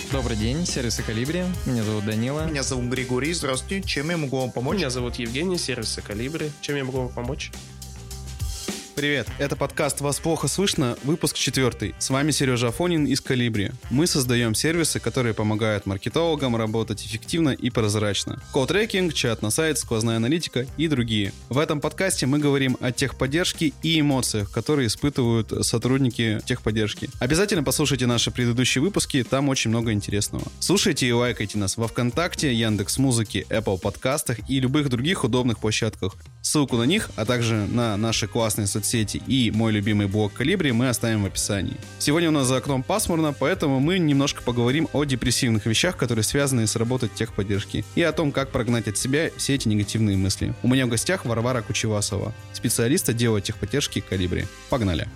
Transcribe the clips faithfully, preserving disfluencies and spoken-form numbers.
Добрый день, сервисы Колибри. Меня зовут Данила. Меня зовут Григорий. Здравствуйте. Чем я могу вам помочь? Меня зовут Евгений, сервисы Колибри. Чем я могу вам помочь? Привет, это подкаст «Вас плохо слышно», выпуск четвертый. С вами Сережа Афонин из Колибри. Мы создаем сервисы, которые помогают маркетологам работать эффективно и прозрачно. Колл-трекинг, чат на сайт, сквозная аналитика и другие. В этом подкасте мы говорим о техподдержке и эмоциях, которые испытывают сотрудники техподдержки. Обязательно послушайте наши предыдущие выпуски, там очень много интересного. Слушайте и лайкайте нас во ВКонтакте, Яндекс.Музыке, Apple подкастах и любых других удобных площадках. Ссылку на них, а также на наши классные соцсети и мой любимый блог Колибри мы оставим в описании. Сегодня у нас за окном пасмурно, поэтому мы немножко поговорим о депрессивных вещах, которые связаны с работой техподдержки, и о том, как прогнать от себя все эти негативные мысли. У меня в гостях Варвара Кучевасова, специалист отдела техподдержки Колибри. Погнали!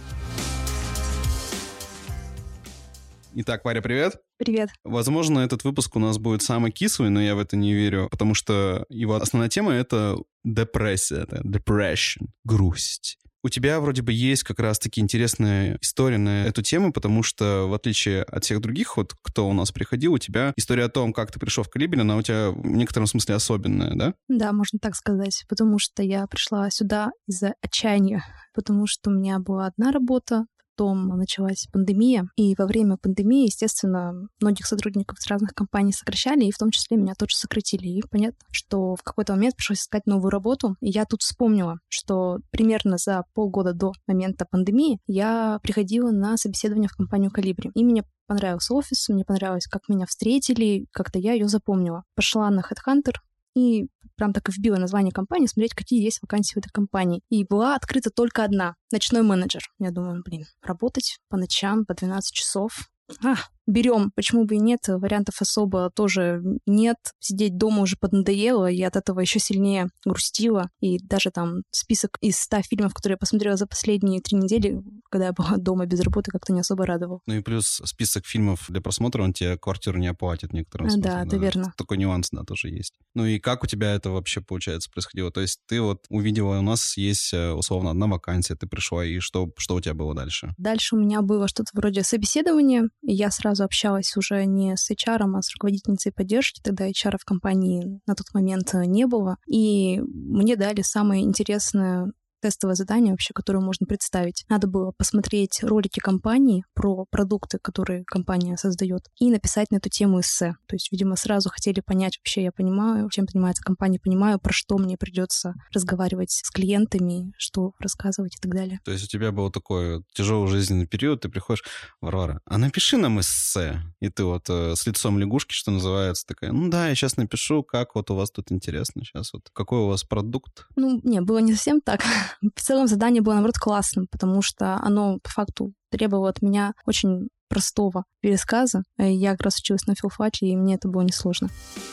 Итак, Варя, привет. Привет. Возможно, этот выпуск у нас будет самый кислый, но я в это не верю, потому что его основная тема — это депрессия, это depression, грусть. У тебя вроде бы есть как раз-таки интересная история на эту тему, потому что, в отличие от всех других, вот кто у нас приходил, у тебя история о том, как ты пришел в Колибри, она у тебя в некотором смысле особенная, да? Да, можно так сказать, потому что я пришла сюда из-за отчаяния, потому что у меня была одна работа, потом началась пандемия, и во время пандемии, естественно, многих сотрудников из разных компаний сокращали, и в том числе меня тоже сократили. И понятно, что в какой-то момент пришлось искать новую работу, и я тут вспомнила, что примерно за полгода до момента пандемии я приходила на собеседование в компанию Колибри, и мне понравился офис, мне понравилось, как меня встретили, как-то я ее запомнила. Пошла на HeadHunter, и прям так и вбила название компании, смотреть, какие есть вакансии в этой компании. И была открыта только одна — ночной менеджер. Я думаю, блин, работать по ночам по двенадцать часов. А, берем, почему бы и нет, вариантов особо тоже нет. Сидеть дома уже поднадоело, и от этого еще сильнее грустила. И даже там список из ста фильмов, которые я посмотрела за последние три недели, когда я была дома без работы, как-то не особо радовал. Ну и плюс список фильмов для просмотра, он тебе квартиру не оплатит в некотором смысле. Да, это да. верно. Такой нюанс, да, тоже есть. Ну и как у тебя это вообще, получается, происходило? То есть ты вот увидела, у нас есть условно одна вакансия, ты пришла, и что, что у тебя было дальше? Дальше у меня было что-то вроде собеседования, и я сразу общалась уже не с эйч ар, а с руководительницей поддержки. Тогда эйч ар в компании на тот момент не было. И мне дали самое интересное тестовое задание вообще, которое можно представить. Надо было посмотреть ролики компании про продукты, которые компания создает, и написать на эту тему эссе. То есть, видимо, сразу хотели понять вообще, я понимаю, чем занимается компания, понимаю, про что мне придется разговаривать с клиентами, что рассказывать и так далее. То есть у тебя был такой тяжелый жизненный период, ты приходишь: Варвара, а напиши нам эссе. И ты вот э, с лицом лягушки, что называется, такая: ну да, я сейчас напишу, как вот у вас тут интересно сейчас, вот какой у вас продукт. Ну, не, было не совсем так. В целом задание было, наоборот, классным, потому что оно, по факту, требовало от меня очень простого пересказа. Я как раз училась на филфаке, и мне это было несложно.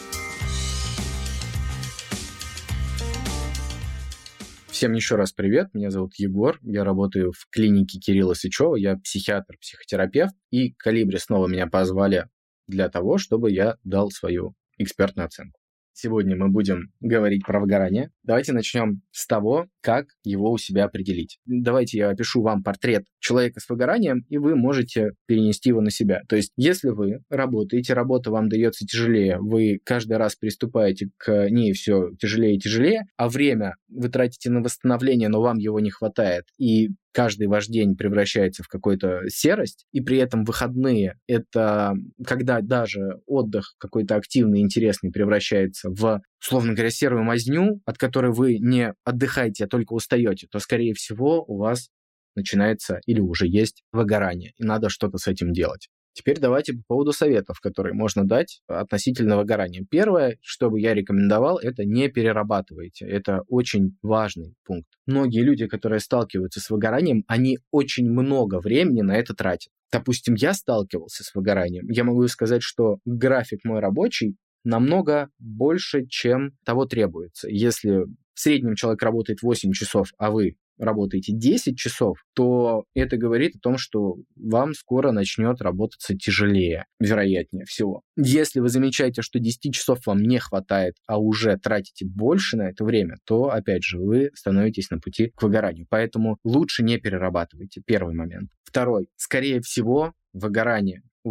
Всем еще раз привет, меня зовут Егор, я работаю в клинике Кирилла Сычева, я психиатр, психотерапевт, и Колибри снова меня позвали для того, чтобы я дал свою экспертную оценку. Сегодня мы будем говорить про выгорание. Давайте начнем с того, как его у себя определить. Давайте я опишу вам портрет человека с выгоранием, и вы можете перенести его на себя. То есть, если вы работаете, работа вам дается тяжелее, вы каждый раз приступаете к ней все тяжелее и тяжелее, а время вы тратите на восстановление, но вам его не хватает, и каждый ваш день превращается в какую-то серость, и при этом выходные — это когда даже отдых какой-то активный, интересный превращается в, условно говоря, серую мазню, от которой вы не отдыхаете, а только устаете, то, скорее всего, у вас начинается или уже есть выгорание, и надо что-то с этим делать. Теперь давайте по поводу советов, которые можно дать относительно выгорания. Первое, что бы я рекомендовал, это не перерабатывайте. Это очень важный пункт. Многие люди, которые сталкиваются с выгоранием, они очень много времени на это тратят. Допустим, я сталкивался с выгоранием. Я могу сказать, что график мой рабочий намного больше, чем того требуется. Если в среднем человек работает восемь часов, а вы работаете десять часов, то это говорит о том, что вам скоро начнет работаться тяжелее, вероятнее всего. Если вы замечаете, что десять часов вам не хватает, а уже тратите больше на это время, то, опять же, вы становитесь на пути к выгоранию. Поэтому лучше не перерабатывайте. Первый момент. Второй. Скорее всего, выгорание у вас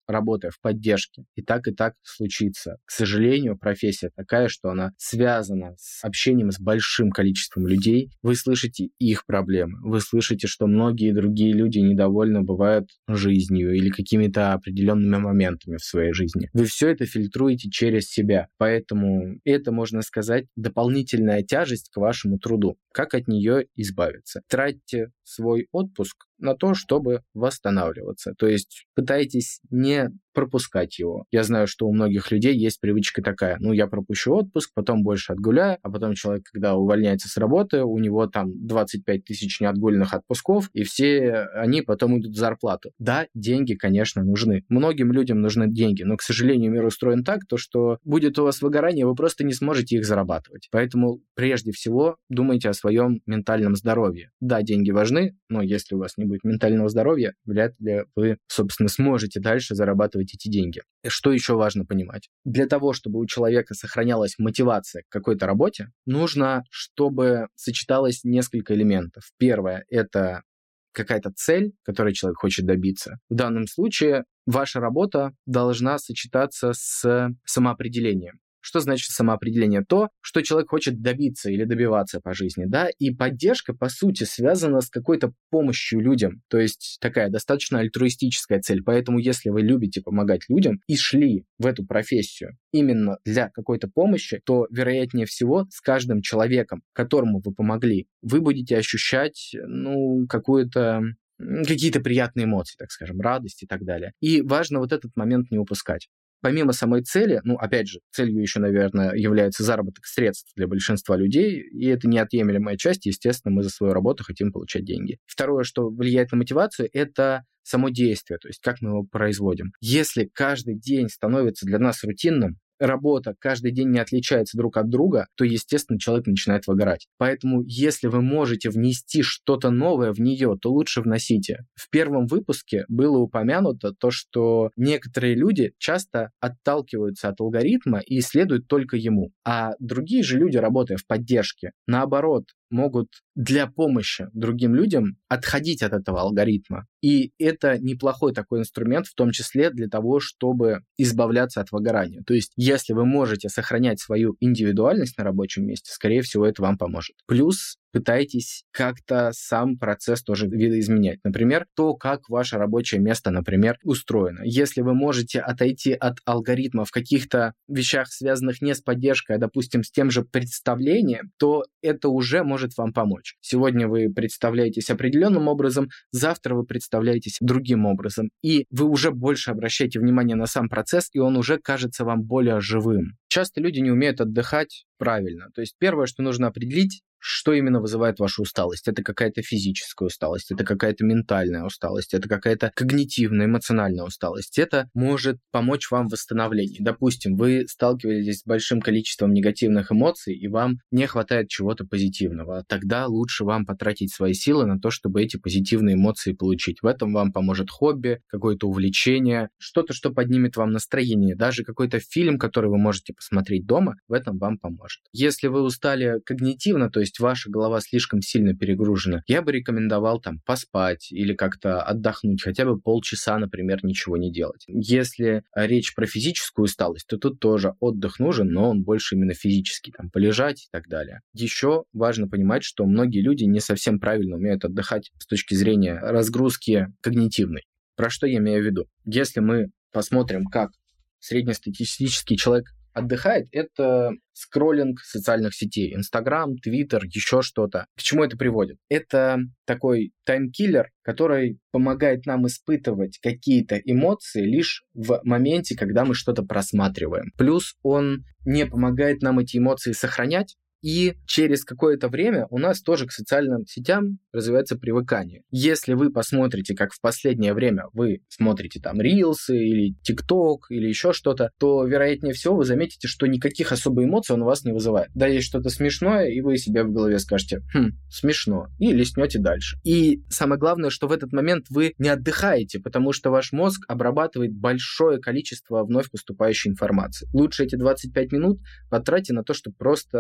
работая в поддержке, и так, и так случится. К сожалению, профессия такая, что она связана с общением с большим количеством людей. Вы слышите их проблемы, вы слышите, что многие другие люди недовольны бывают жизнью или какими-то определенными моментами в своей жизни. Вы все это фильтруете через себя, поэтому это, можно сказать, дополнительная тяжесть к вашему труду. Как от нее избавиться? Тратьте свой отпуск на то, чтобы восстанавливаться. То есть пытайтесь не пропускать его. Я знаю, что у многих людей есть привычка такая: ну, я пропущу отпуск, потом больше отгуляю, а потом человек, когда увольняется с работы, у него там двадцать пять тысяч неотгуленных отпусков, и все они потом идут в зарплату. Да, деньги, конечно, нужны. Многим людям нужны деньги, но, к сожалению, мир устроен так, то, что будет у вас выгорание, вы просто не сможете их зарабатывать. Поэтому, прежде всего, думайте о своем ментальном здоровье. Да, деньги важны, но если у вас не будет ментального здоровья, вряд ли вы, собственно, сможете дальше зарабатывать эти деньги. Что еще важно понимать? Для того, чтобы у человека сохранялась мотивация к какой-то работе, нужно, чтобы сочеталось несколько элементов. Первое — это какая-то цель, которой человек хочет добиться. В данном случае ваша работа должна сочетаться с самоопределением. Что значит самоопределение? То, что человек хочет добиться или добиваться по жизни, да, и поддержка, по сути, связана с какой-то помощью людям, то есть такая достаточно альтруистическая цель. Поэтому, если вы любите помогать людям и шли в эту профессию именно для какой-то помощи, то, вероятнее всего, с каждым человеком, которому вы помогли, вы будете ощущать, ну, какую-то какие-то приятные эмоции, так скажем, радость и так далее. И важно вот этот момент не упускать. Помимо самой цели, ну, опять же, целью еще, наверное, является заработок средств для большинства людей, и это неотъемлемая часть, естественно, мы за свою работу хотим получать деньги. Второе, что влияет на мотивацию, это само действие, то есть как мы его производим. Если каждый день становится для нас рутинным, работа каждый день не отличается друг от друга, то, естественно, человек начинает выгорать. Поэтому, если вы можете внести что-то новое в нее, то лучше вносите. В первом выпуске было упомянуто то, что некоторые люди часто отталкиваются от алгоритма и следуют только ему. А другие же люди, работая в поддержке, наоборот, могут для помощи другим людям отходить от этого алгоритма. И это неплохой такой инструмент, в том числе для того, чтобы избавляться от выгорания. То есть, если вы можете сохранять свою индивидуальность на рабочем месте, скорее всего, это вам поможет. Плюс пытайтесь как-то сам процесс тоже видоизменять. Например, то, как ваше рабочее место, например, устроено. Если вы можете отойти от алгоритма в каких-то вещах, связанных не с поддержкой, а, допустим, с тем же представлением, то это уже может вам помочь. Сегодня вы представляетесь определенным образом, завтра вы представляетесь другим образом. И вы уже больше обращаете внимание на сам процесс, и он уже кажется вам более живым. Часто люди не умеют отдыхать правильно. То есть первое, что нужно определить, что именно вызывает вашу усталость. Это какая-то физическая усталость, это какая-то ментальная усталость, это какая-то когнитивная, эмоциональная усталость. Это может помочь вам в восстановлении. Допустим, вы сталкиваетесь с большим количеством негативных эмоций, и вам не хватает чего-то позитивного. Тогда лучше вам потратить свои силы на то, чтобы эти позитивные эмоции получить. В этом вам поможет хобби, какое-то увлечение, что-то, что поднимет вам настроение. Даже какой-то фильм, который вы можете посмотреть дома, в этом вам поможет. Если вы устали когнитивно, то есть ваша голова слишком сильно перегружена, я бы рекомендовал там поспать или как-то отдохнуть, хотя бы полчаса, например, ничего не делать. Если речь про физическую усталость, то тут тоже отдых нужен, но он больше именно физический, там полежать и так далее. Еще важно понимать, что многие люди не совсем правильно умеют отдыхать с точки зрения разгрузки когнитивной. Про что я имею в виду? Если мы посмотрим, как среднестатистический человек отдыхает, это скроллинг социальных сетей, Инстаграм, Твиттер, еще что-то. К чему это приводит? Это такой таймкиллер, который помогает нам испытывать какие-то эмоции лишь в моменте, когда мы что-то просматриваем. Плюс он не помогает нам эти эмоции сохранять, и через какое-то время у нас тоже к социальным сетям развивается привыкание. Если вы посмотрите, как в последнее время вы смотрите там рилсы или ТикТок или еще что-то, то, вероятнее всего, вы заметите, что никаких особо эмоций он у вас не вызывает. Да, есть что-то смешное, и вы себе в голове скажете: «Хм, смешно», и листнете дальше. И самое главное, что в этот момент вы не отдыхаете, потому что ваш мозг обрабатывает большое количество вновь поступающей информации. Лучше эти двадцать пять минут потратьте на то, чтобы просто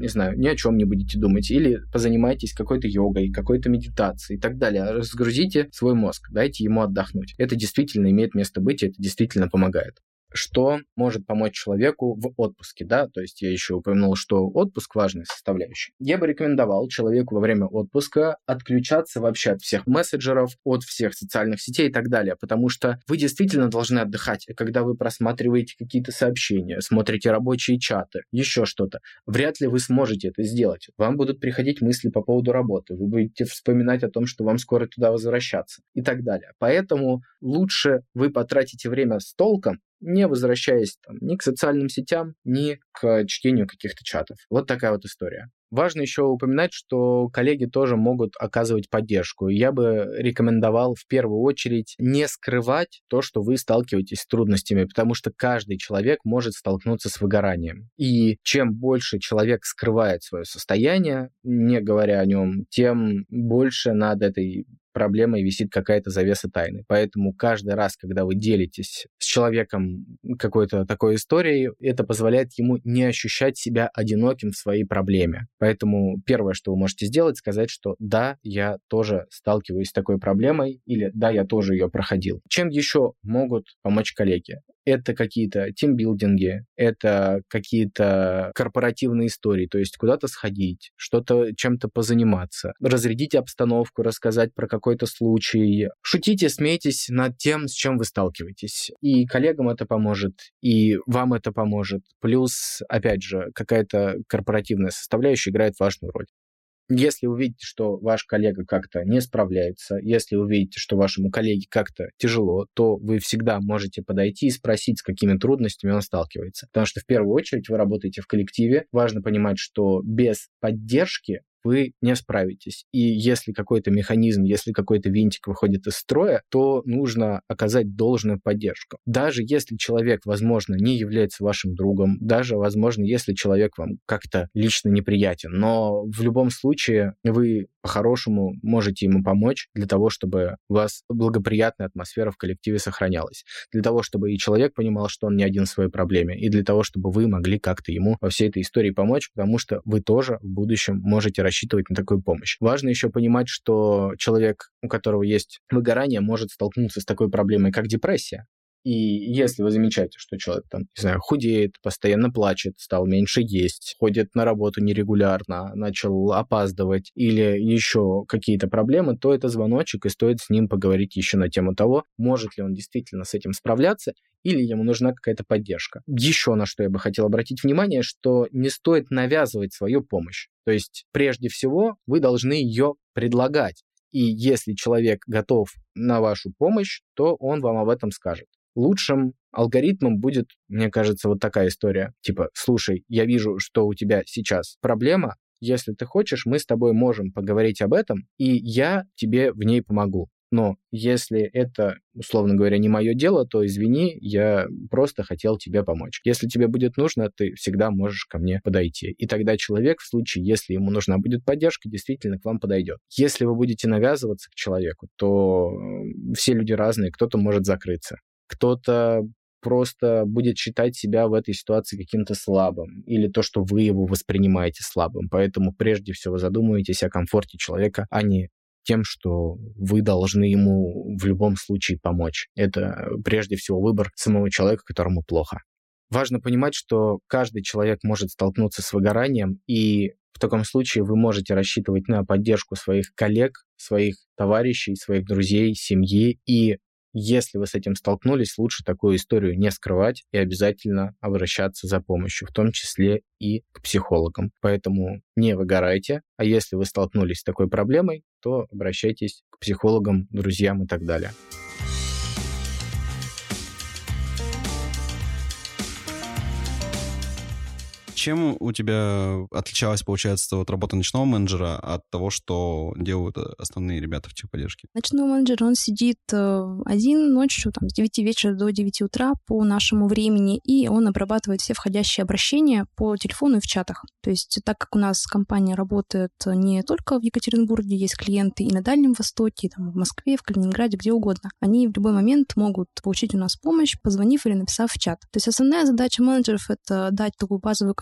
не знаю, ни о чем не будете думать, или позанимайтесь какой-то йогой, какой-то медитацией и так далее. Разгрузите свой мозг, дайте ему отдохнуть. Это действительно имеет место быть, и это действительно помогает. Что может помочь человеку в отпуске, да, то есть я еще упомянул, что отпуск важная составляющая. Я бы рекомендовал человеку во время отпуска отключаться вообще от всех мессенджеров, от всех социальных сетей и так далее, потому что вы действительно должны отдыхать, когда вы просматриваете какие-то сообщения, смотрите рабочие чаты, еще что-то. Вряд ли вы сможете это сделать. Вам будут приходить мысли по поводу работы, вы будете вспоминать о том, что вам скоро туда возвращаться и так далее. Поэтому лучше вы потратите время с толком, не возвращаясь там, ни к социальным сетям, ни к чтению каких-то чатов. Вот такая вот история. Важно еще упоминать, что коллеги тоже могут оказывать поддержку. Я бы рекомендовал в первую очередь не скрывать то, что вы сталкиваетесь с трудностями, потому что каждый человек может столкнуться с выгоранием. И чем больше человек скрывает свое состояние, не говоря о нем, тем больше над этой проблемой висит какая-то завеса тайны. Поэтому каждый раз, когда вы делитесь с человеком какой-то такой историей, это позволяет ему не ощущать себя одиноким в своей проблеме. Поэтому первое, что вы можете сделать, сказать, что да, я тоже сталкиваюсь с такой проблемой, или да, я тоже ее проходил. Чем еще могут помочь коллеги? Это какие-то тимбилдинги, это какие-то корпоративные истории, то есть куда-то сходить, что-то чем-то позаниматься, разрядить обстановку, рассказать про какой-то случай. Шутите, смейтесь над тем, с чем вы сталкиваетесь. И коллегам это поможет, и вам это поможет. Плюс, опять же, какая-то корпоративная составляющая играет важную роль. Если вы видите, что ваш коллега как-то не справляется, если вы видите, что вашему коллеге как-то тяжело, то вы всегда можете подойти и спросить, с какими трудностями он сталкивается. Потому что в первую очередь вы работаете в коллективе. Важно понимать, что без поддержки вы не справитесь. И если какой-то механизм, если какой-то винтик выходит из строя, то нужно оказать должную поддержку. Даже если человек, возможно, не является вашим другом, даже, возможно, если человек вам как-то лично неприятен, но в любом случае вы по-хорошему можете ему помочь для того, чтобы у вас благоприятная атмосфера в коллективе сохранялась, для того, чтобы и человек понимал, что он не один в своей проблеме, и для того, чтобы вы могли как-то ему во всей этой истории помочь, потому что вы тоже в будущем можете рассчитывать на такую помощь. Важно еще понимать, что человек, у которого есть выгорание, может столкнуться с такой проблемой, как депрессия. И если вы замечаете, что человек там, не знаю, худеет, постоянно плачет, стал меньше есть, ходит на работу нерегулярно, начал опаздывать или еще какие-то проблемы, то это звоночек, и стоит с ним поговорить еще на тему того, может ли он действительно с этим справляться или ему нужна какая-то поддержка. Еще на что я бы хотел обратить внимание, что не стоит навязывать свою помощь. То есть прежде всего вы должны ее предлагать. И если человек готов на вашу помощь, то он вам об этом скажет. Лучшим алгоритмом будет, мне кажется, вот такая история. Типа, слушай, я вижу, что у тебя сейчас проблема. Если ты хочешь, мы с тобой можем поговорить об этом, и я тебе в ней помогу. Но если это, условно говоря, не мое дело, то извини, я просто хотел тебе помочь. Если тебе будет нужно, ты всегда можешь ко мне подойти. И тогда человек, в случае, если ему нужна будет поддержка, действительно к вам подойдет. Если вы будете навязываться к человеку, то все люди разные, кто-то может закрыться. Кто-то просто будет считать себя в этой ситуации каким-то слабым, или то, что вы его воспринимаете слабым. Поэтому прежде всего задумывайтесь о комфорте человека, а не тем, что вы должны ему в любом случае помочь. Это прежде всего выбор самого человека, которому плохо. Важно понимать, что каждый человек может столкнуться с выгоранием, и в таком случае вы можете рассчитывать на поддержку своих коллег, своих товарищей, своих друзей, семьи, и если вы с этим столкнулись, лучше такую историю не скрывать и обязательно обращаться за помощью, в том числе и к психологам. Поэтому не выгорайте, а если вы столкнулись с такой проблемой, то обращайтесь к психологам, друзьям и так далее. Чем у тебя отличалась, получается, вот работа ночного менеджера от того, что делают основные ребята в техподдержке? Ночной менеджер, он сидит один ночью, там, с девяти вечера до девяти утра по нашему времени, и он обрабатывает все входящие обращения по телефону и в чатах. То есть, так как у нас компания работает не только в Екатеринбурге, есть клиенты и на Дальнем Востоке, и там, в Москве, в Калининграде, где угодно, они в любой момент могут получить у нас помощь, позвонив или написав в чат. То есть, основная задача менеджеров — это дать такую базовую консультацию,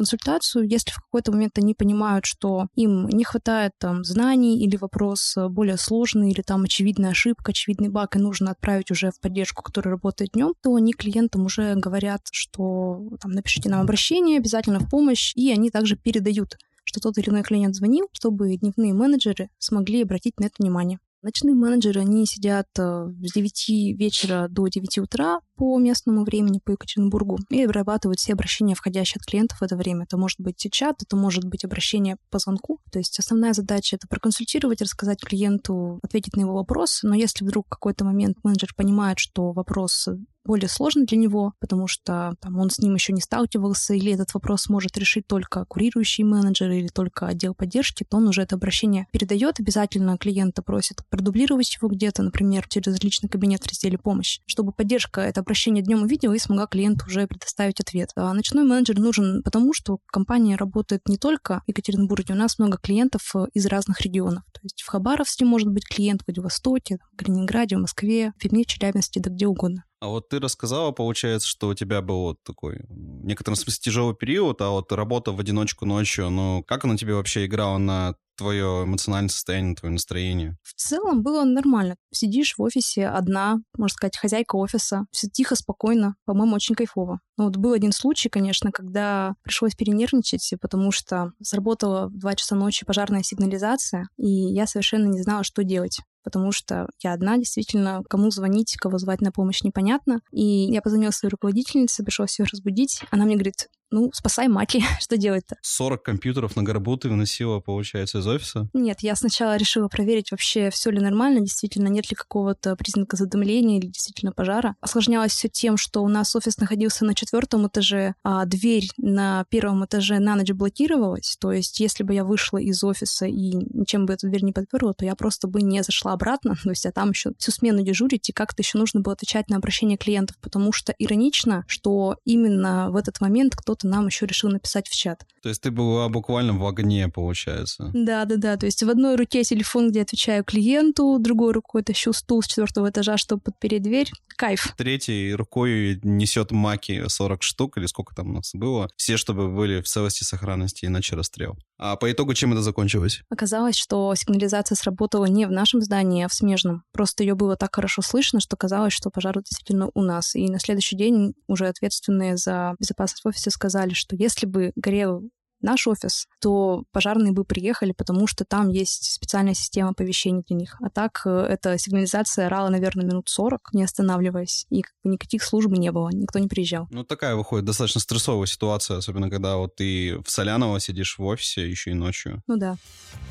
консультацию. Если в какой-то момент они понимают, что им не хватает там знаний или вопрос более сложный, или там очевидная ошибка, очевидный баг, и нужно отправить уже в поддержку, которая работает днем, то они клиентам уже говорят, что там, напишите нам обращение, обязательно в помощь, и они также передают, что тот или иной клиент звонил, чтобы дневные менеджеры смогли обратить на это внимание. Ночные менеджеры, они сидят с девяти вечера до девяти утра по местному времени, по Екатеринбургу, и обрабатывают все обращения, входящие от клиентов в это время. Это может быть чат, это может быть обращение по звонку. То есть основная задача — это проконсультировать, рассказать клиенту, ответить на его вопрос. Но если вдруг в какой-то момент менеджер понимает, что вопрос более сложный для него, потому что там, он с ним еще не сталкивался, или этот вопрос может решить только курирующий менеджер или только отдел поддержки, то он уже это обращение передает. Обязательно клиента просит продублировать его где-то, например, через личный кабинет в разделе «Помощь», чтобы поддержка это обращение днем увидела и смогла клиенту уже предоставить ответ. А ночной менеджер нужен потому, что компания работает не только в Екатеринбурге, у нас много клиентов из разных регионов. То есть в Хабаровске может быть клиент, в Владивостоке, в Калининграде, в Москве, в Перми, в Челябинске, да где угодно. А вот ты рассказала, получается, что у тебя был вот такой, в некотором смысле, тяжелый период, а вот работа в одиночку ночью, ну, как она тебе вообще играла на твое эмоциональное состояние, твое настроение? В целом было нормально. Сидишь в офисе одна, можно сказать, хозяйка офиса. Все тихо, спокойно. По-моему, очень кайфово. Но вот был один случай, конечно, когда пришлось перенервничать, потому что сработала в два часа ночи пожарная сигнализация, и я совершенно не знала, что делать. Потому что я одна, действительно, кому звонить, кого звать на помощь, непонятно. И я позвонила своей руководительнице, пришлось ее разбудить. Она мне говорит: ну, спасай Маки, что делать-то? сорок компьютеров на горбу ты выносила, получается, из офиса? Нет, я сначала решила проверить вообще, все ли нормально, действительно, нет ли какого-то признака задымления или действительно пожара. Осложнялось все тем, что у нас офис находился на четвертом этаже, а дверь на первом этаже на ночь блокировалась. То есть, если бы я вышла из офиса и ничем бы эту дверь не подперла, то я просто бы не зашла обратно. То есть, а там еще всю смену дежурить, и как-то еще нужно было отвечать на обращения клиентов, потому что иронично, что именно в этот момент кто-то нам еще решил написать в чат. То есть ты была буквально в огне, получается. Да-да-да, то есть в одной руке телефон, где отвечаю клиенту, другой рукой тащу стул с четвертого этажа, чтобы подпереть дверь. Кайф. Третьей рукой несет Маки сорок штук, или сколько там у нас было. Все, чтобы были в целости, сохранности, иначе расстрел. А по итогу чем это закончилось? Оказалось, что сигнализация сработала не в нашем здании, а в смежном. Просто ее было так хорошо слышно, что казалось, что пожар действительно у нас. И на следующий день уже ответственные за безопасность в офисе сказали, что если бы горел наш офис, то пожарные бы приехали, потому что там есть специальная система оповещений для них. А так эта сигнализация орала, наверное, минут сорок, не останавливаясь. И как бы никаких служб не было, никто не приезжал. Ну, такая выходит достаточно стрессовая ситуация, особенно когда вот ты в Соляново сидишь в офисе еще и ночью. Ну да.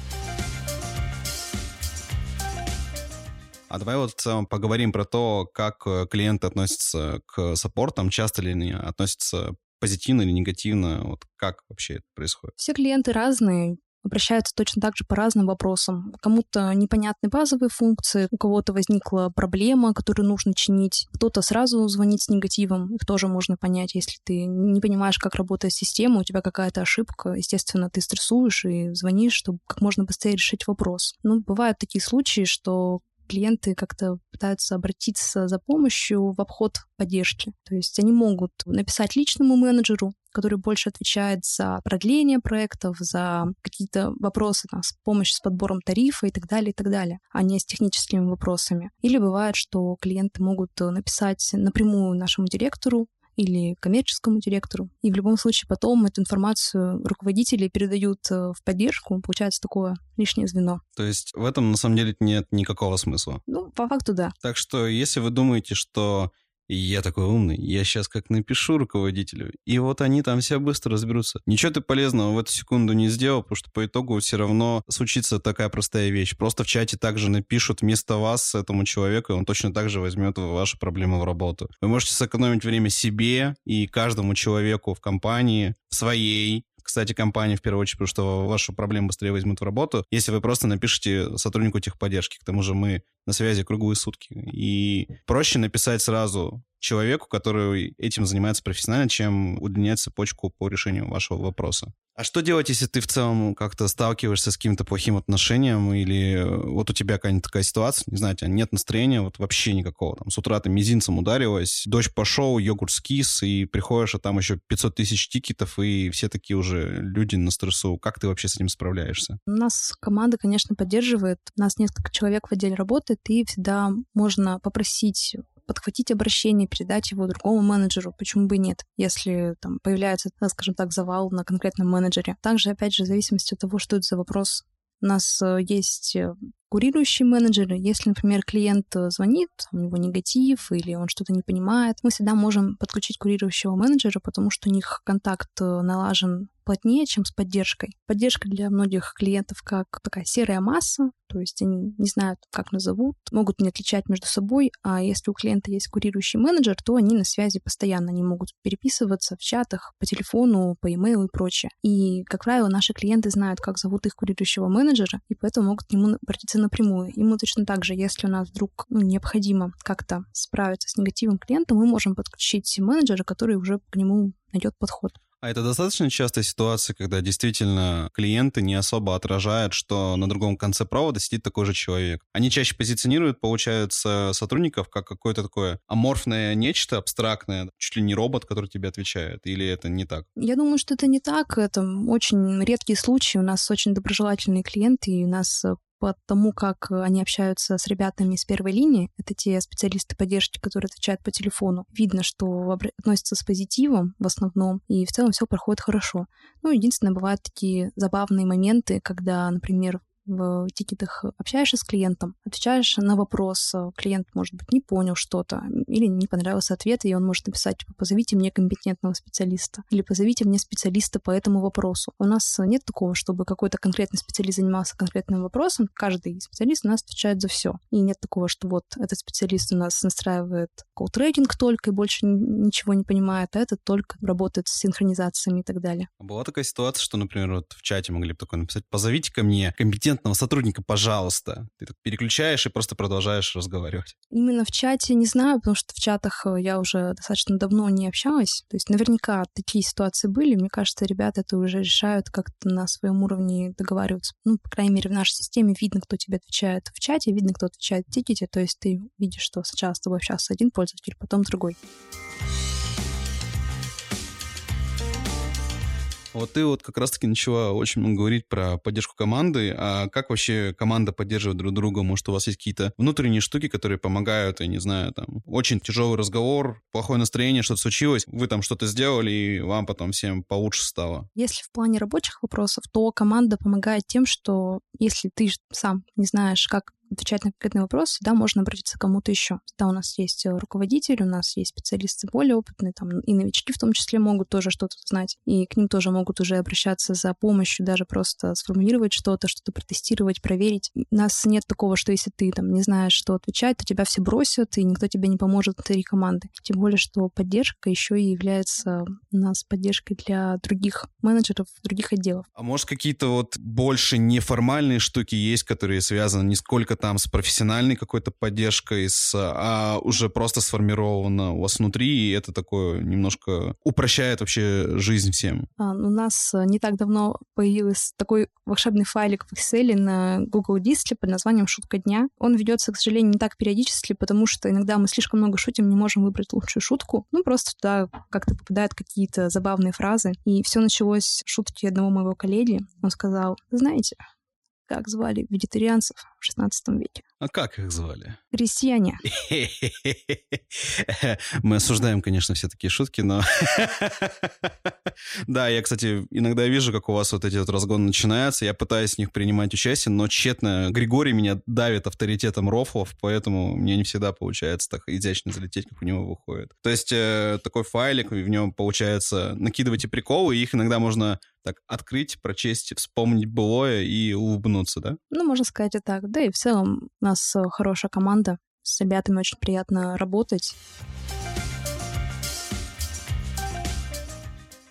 А давай вот в целом поговорим про то, как клиенты относятся к саппортам, часто ли они относятся позитивно или негативно, вот как вообще это происходит? Все клиенты разные, обращаются точно так же по разным вопросам. Кому-то непонятны базовые функции, у кого-то возникла проблема, которую нужно чинить. Кто-то сразу звонит с негативом, их тоже можно понять. Если ты не понимаешь, как работает система, у тебя какая-то ошибка, естественно, ты стрессуешь и звонишь, чтобы как можно быстрее решить вопрос. Ну, бывают такие случаи, что клиенты как-то пытаются обратиться за помощью в обход поддержки. То есть они могут написать личному менеджеру, который больше отвечает за продление проектов, за какие-то вопросы, там, с помощью с подбором тарифа и так далее, и так далее, а не с техническими вопросами. Или бывает, что клиенты могут написать напрямую нашему директору или коммерческому директору. И в любом случае потом эту информацию руководители передают в поддержку. Получается такое лишнее звено. То есть в этом на самом деле нет никакого смысла? Ну, по факту, да. Так что если вы думаете, что я такой умный, я сейчас как напишу руководителю, и вот они там все быстро разберутся. Ничего ты полезного в эту секунду не сделал, потому что по итогу все равно случится такая простая вещь. Просто в чате также напишут вместо вас этому человеку, и он точно так же возьмет вашу проблему в работу. Вы можете сэкономить время себе и каждому человеку в компании, в своей, кстати, компании в первую очередь, потому что вашу проблему быстрее возьмут в работу, если вы просто напишите сотруднику техподдержки. К тому же мы на связи круглые сутки. И проще написать сразу человеку, который этим занимается профессионально, чем удлинять цепочку по решению вашего вопроса. А что делать, если ты в целом как-то сталкиваешься с каким-то плохим отношением, или вот у тебя какая-нибудь такая ситуация, не знаю, у тебя нет настроения вот вообще никакого, там, с утра ты мизинцем ударилась, дождь пошел, йогурт скис, и приходишь, а там еще пятьсот тысяч тикетов, и все такие уже люди на стрессу. Как ты вообще с этим справляешься? У нас команда, конечно, поддерживает. У нас несколько человек в отделе работает, и всегда можно попросить подхватить обращение, передать его другому менеджеру. Почему бы и нет, если там появляется, скажем так, завал на конкретном менеджере. Также, опять же, в зависимости от того, что это за вопрос. У нас есть курирующие менеджеры. Если, например, клиент звонит, у него негатив или он что-то не понимает, мы всегда можем подключить курирующего менеджера, потому что у них контакт налажен плотнее, чем с поддержкой. Поддержка для многих клиентов как такая серая масса, то есть они не знают, как назовут, могут не отличать между собой, а если у клиента есть курирующий менеджер, то они на связи постоянно, они могут переписываться в чатах, по телефону, по e-mail и прочее. И, как правило, наши клиенты знают, как зовут их курирующего менеджера, и поэтому могут к нему обратиться напрямую. И мы точно так же, если у нас вдруг ну, необходимо как-то справиться с негативом клиента, мы можем подключить менеджера, который уже к нему найдет подход. А это достаточно частая ситуация, когда действительно клиенты не особо отражают, что на другом конце провода сидит такой же человек. Они чаще позиционируют, получается, сотрудников как какое-то такое аморфное нечто, абстрактное, чуть ли не робот, который тебе отвечает, или это не так? Я думаю, что это не так. Это очень редкие случаи. У нас очень доброжелательные клиенты, и у нас по тому, как они общаются с ребятами с первой линии, это те специалисты поддержки, которые отвечают по телефону, видно, что относятся с позитивом в основном, и в целом все проходит хорошо. Ну, единственное, бывают такие забавные моменты, когда, например, в тикетах общаешься с клиентом, отвечаешь на вопрос, клиент, может быть, не понял что-то или не понравился ответ, и он может написать, типа, позовите мне компетентного специалиста или позовите мне специалиста по этому вопросу. У нас нет такого, чтобы какой-то конкретный специалист занимался конкретным вопросом. Каждый специалист у нас отвечает за все. И нет такого, что вот этот специалист у нас настраивает колл-трекинг только и больше ничего не понимает, а этот только работает с синхронизациями и так далее. Была такая ситуация, что, например, вот в чате могли бы такое написать, позовите ко мне компетентного сотрудника, пожалуйста. Ты так переключаешь и просто продолжаешь разговаривать. Именно в чате не знаю, потому что в чатах я уже достаточно давно не общалась. То есть наверняка такие ситуации были. Мне кажется, ребята это уже решают как-то на своем уровне договариваться. Ну, по крайней мере, в нашей системе видно, кто тебе отвечает в чате, видно, кто отвечает в тикете. То есть ты видишь, что сначала с тобой общался один пользователь, потом другой. Вот ты вот как раз-таки начала очень много говорить про поддержку команды. А как вообще команда поддерживает друг друга? Может, у вас есть какие-то внутренние штуки, которые помогают, я не знаю, там, очень тяжелый разговор, плохое настроение, что-то случилось, вы там что-то сделали, и вам потом всем получше стало? Если в плане рабочих вопросов, то команда помогает тем, что если ты сам не знаешь, как отвечать на конкретный вопрос, всегда можно обратиться к кому-то еще. Всегда у нас есть руководитель, у нас есть специалисты более опытные, там и новички в том числе могут тоже что-то знать, и к ним тоже могут уже обращаться за помощью, даже просто сформулировать что-то, что-то протестировать, проверить. У нас нет такого, что если ты там не знаешь, что отвечать, то тебя все бросят, и никто тебе не поможет внутри команды. Тем более, что поддержка еще и является у нас поддержкой для других менеджеров, других отделов. А может, какие-то вот больше неформальные штуки есть, которые связаны не сколько там с профессиональной какой-то поддержкой, с, а уже просто сформировано у вас внутри, и это такое немножко упрощает вообще жизнь всем? А, у нас не так давно появился такой волшебный файлик в Excel на Google Диске под названием «Шутка дня». Он ведется, к сожалению, не так периодически, потому что иногда мы слишком много шутим, не можем выбрать лучшую шутку. Ну, просто туда как-то попадают какие-то забавные фразы. И все началось с шутки одного моего коллеги. Он сказал: знаете, как звали вегетарианцев в шестнадцатом веке? А как их звали? Крестьяне. Мы осуждаем, конечно, все такие шутки, но... Да, я, кстати, иногда вижу, как у вас вот эти вот разгоны начинаются, я пытаюсь в них принимать участие, но тщетно. Григорий меня давит авторитетом рофлов, поэтому мне не всегда получается так изящно залететь, как у него выходит. То есть э, такой файлик, в нем, получается, накидываете приколы, и их иногда можно так открыть, прочесть, вспомнить былое и улыбнуться, да? Ну, можно сказать и так. Да, и в целом у нас хорошая команда. С ребятами очень приятно работать.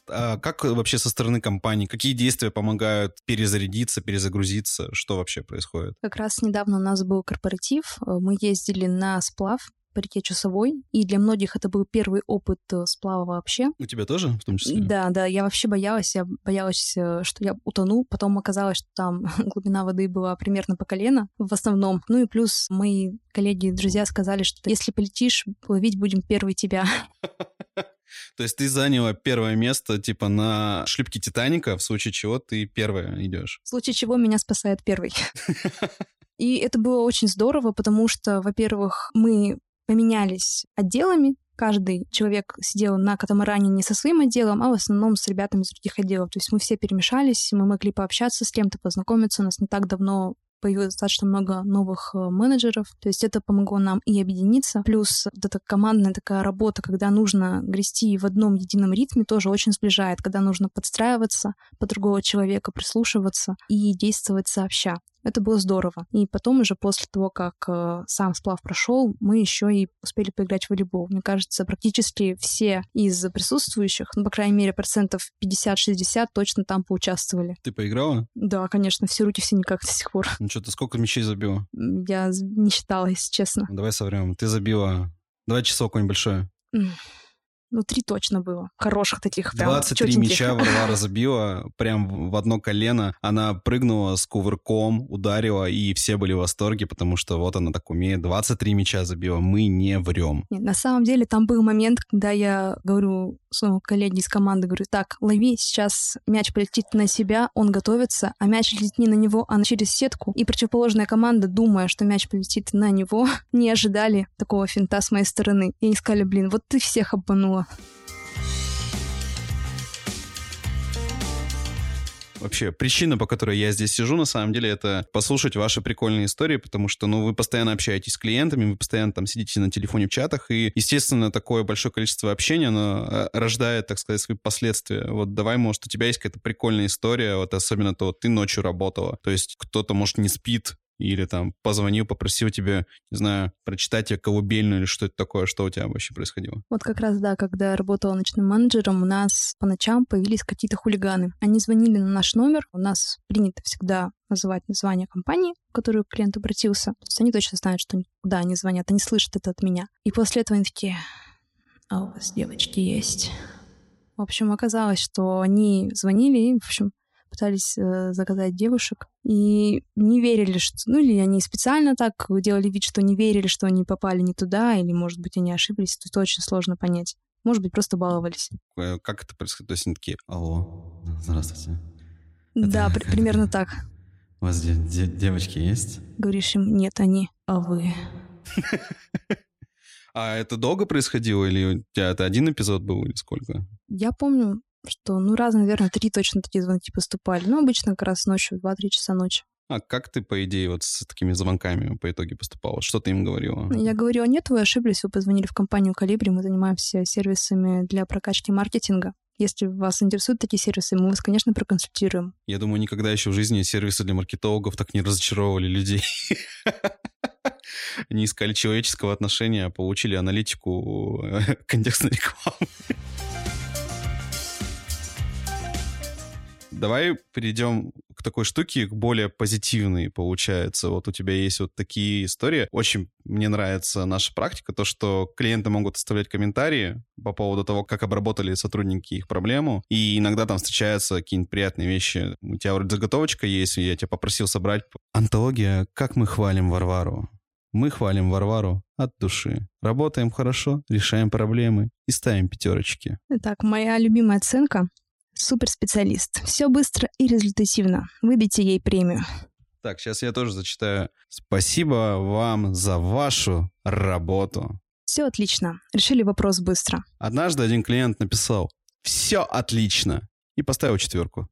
А как вообще со стороны компании? Какие действия помогают перезарядиться, перезагрузиться? Что вообще происходит? Как раз недавно у нас был корпоратив. Мы ездили на сплав по реке Чусовой, и для многих это был первый опыт сплава вообще. У тебя тоже, в том числе? Да, да, я вообще боялась, я боялась, что я утону, потом оказалось, что там глубина воды была примерно по колено в основном. Ну и плюс мои коллеги и друзья сказали, что если полетишь, ловить будем первый тебя. То есть ты заняла первое место, типа, на шлюпке Титаника, в случае чего ты первая идешь. В случае чего меня спасает первый. И это было очень здорово, потому что, во-первых, мы поменялись отделами. Каждый человек сидел на катамаране не со своим отделом, а в основном с ребятами из других отделов. То есть мы все перемешались, мы могли пообщаться с кем-то, познакомиться. У нас не так давно появилось достаточно много новых менеджеров. То есть это помогло нам и объединиться. Плюс вот эта командная такая работа, когда нужно грести в одном едином ритме, тоже очень сближает. Когда нужно подстраиваться под другого человека, прислушиваться и действовать сообща. Это было здорово. И потом уже после того, как э, сам сплав прошел, мы еще и успели поиграть в волейбол. Мне кажется, практически все из присутствующих, ну, по крайней мере, процентов пятьдесят-шестьдесят точно там поучаствовали. Ты поиграла? Да, конечно, все руки все никак до сих пор. Ну что, ты сколько мячей забила? Я не считала, если честно. Давай соврем. Ты забила... Давай число какое-нибудь большое. Ну, три точно было. Хороших таких, прям двадцать три чётеньких. мяча Варвара забила прям в одно колено. Она прыгнула с кувырком, ударила, и все были в восторге, потому что вот она так умеет. двадцать три мяча забила. Мы не врем. Нет, на самом деле там был момент, когда я говорю своему коллеге из команды, говорю, так, лови, сейчас мяч полетит на себя, он готовится, а мяч летит не на него, а через сетку. И противоположная команда, думая, что мяч полетит на него, не ожидали такого финта с моей стороны. И они сказали, блин, вот ты всех обманула. Вообще, причина, по которой я здесь сижу, на самом деле, это послушать ваши прикольные истории, потому что, ну, вы постоянно общаетесь с клиентами, вы постоянно там сидите на телефоне в чатах, и, естественно, такое большое количество общения, оно рождает, так сказать, свои последствия. Вот давай, может, у тебя есть какая-то прикольная история, вот особенно то, вот ты ночью работала, то есть кто-то, может, не спит, или там позвонил, попросил тебя, не знаю, прочитать тебе колыбельную или что это такое, что у тебя вообще происходило? Вот как раз, да, когда я работала ночным менеджером, у нас по ночам появились какие-то хулиганы. Они звонили на наш номер, у нас принято всегда называть название компании, в которую клиент обратился. То есть они точно знают, что куда они звонят, они слышат это от меня. И после этого они такие, а у вас девочки есть? В общем, оказалось, что они звонили и, в общем, пытались э, заказать девушек и не верили, что... Ну, или они специально так делали вид, что не верили, что они попали не туда, или, может быть, они ошиблись. Это очень сложно понять. Может быть, просто баловались. Как это происходит? То есть они такие, алло, здравствуйте. Да, это... при- примерно так. У вас де- де- девочки есть? Говоришь им, нет, они, а вы. А это долго происходило, или у тебя это один эпизод был, или сколько? Я помню, что, ну, раз, наверное, три точно такие звонки поступали. Ну, обычно как раз ночью, два-три часа ночи. А как ты, по идее, вот с такими звонками по итоге поступала? Что ты им говорила? Я говорю, нет, вы ошиблись, вы позвонили в компанию «Колибри», мы занимаемся сервисами для прокачки маркетинга. Если вас интересуют такие сервисы, мы вас, конечно, проконсультируем. Я думаю, никогда еще в жизни сервисы для маркетологов так не разочаровывали людей. Они искали человеческого отношения, а получили аналитику контекстной рекламы. Давай перейдем к такой штуке, к более позитивной, получается. Вот у тебя есть вот такие истории. Очень мне нравится наша практика, то, что клиенты могут оставлять комментарии по поводу того, как обработали сотрудники их проблему. И иногда там встречаются какие-нибудь приятные вещи. У тебя вроде заготовочка есть, и я тебя попросил собрать. Антология «Как мы хвалим Варвару». Мы хвалим Варвару от души. Работаем хорошо, решаем проблемы и ставим пятерочки. Итак, моя любимая оценка — суперспециалист. Все быстро и результативно. Выдайте ей премию. Так, сейчас я тоже зачитаю. Спасибо вам за вашу работу. Все отлично. Решили вопрос быстро. Однажды один клиент написал «Все отлично» и поставил четверку.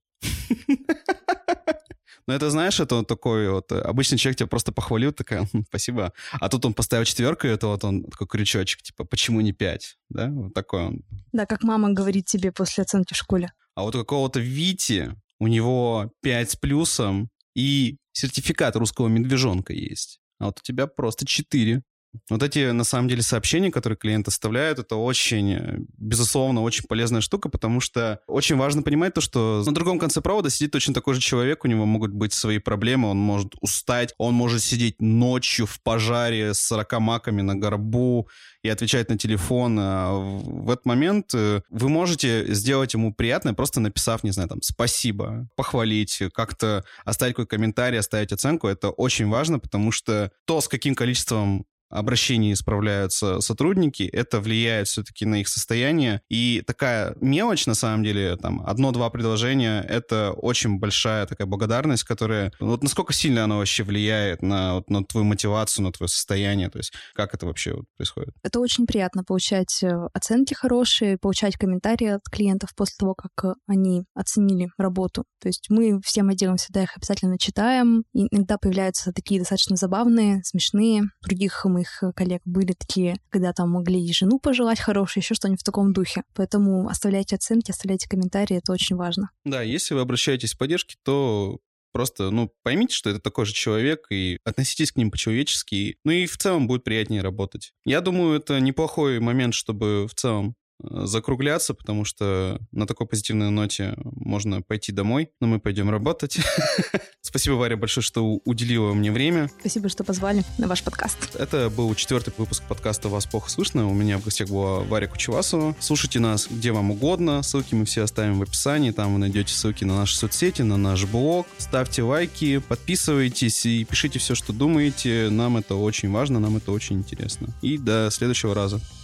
Но это, знаешь, это вот такой вот... Обычный человек тебя просто похвалил, такая, спасибо. А тут он поставил четверку, и это вот он такой крючочек, типа, почему не пять? Да, вот такой он. Да, как мама говорит тебе после оценки в школе. А вот у какого-то Вити, у него пять с плюсом, и сертификат русского медвежонка есть. А вот у тебя просто четыре. Вот эти, на самом деле, сообщения, которые клиенты оставляют, это очень, безусловно, очень полезная штука, потому что очень важно понимать то, что на другом конце провода сидит точно такой же человек, у него могут быть свои проблемы, он может устать, он может сидеть ночью в пожаре с сорока маками на горбу и отвечать на телефон. В этот момент вы можете сделать ему приятное, просто написав, не знаю, там, спасибо, похвалить, как-то оставить какой-то комментарий, оставить оценку. Это очень важно, потому что то, с каким количеством обращений справляются сотрудники, это влияет все-таки на их состояние. И такая мелочь, на самом деле, там, одно-два предложения, это очень большая такая благодарность, которая... Вот насколько сильно она вообще влияет на, вот, на твою мотивацию, на твое состояние, то есть как это вообще вот происходит? Это очень приятно получать оценки хорошие, получать комментарии от клиентов после того, как они оценили работу. То есть мы всем отделом всегда их обязательно читаем. И иногда появляются такие достаточно забавные, смешные. Других мы коллег были такие, когда там могли и жену пожелать хорошей, еще что-нибудь в таком духе. Поэтому оставляйте оценки, оставляйте комментарии, это очень важно. Да, если вы обращаетесь к поддержке, то просто, ну, поймите, что это такой же человек, и относитесь к ним по-человечески. Ну и в целом будет приятнее работать. Я думаю, это неплохой момент, чтобы в целом закругляться, потому что на такой позитивной ноте можно пойти домой, но мы пойдем работать. Спасибо, Варя, большое, что уделила мне время. Спасибо, что позвали на ваш подкаст. Это был четвертый выпуск подкаста «Вас плохо слышно». У меня в гостях была Варя Кучевасова. Слушайте нас где вам угодно. Ссылки мы все оставим в описании. Там вы найдете ссылки на наши соцсети, на наш блог. Ставьте лайки, подписывайтесь и пишите все, что думаете. Нам это очень важно, нам это очень интересно. И до следующего раза.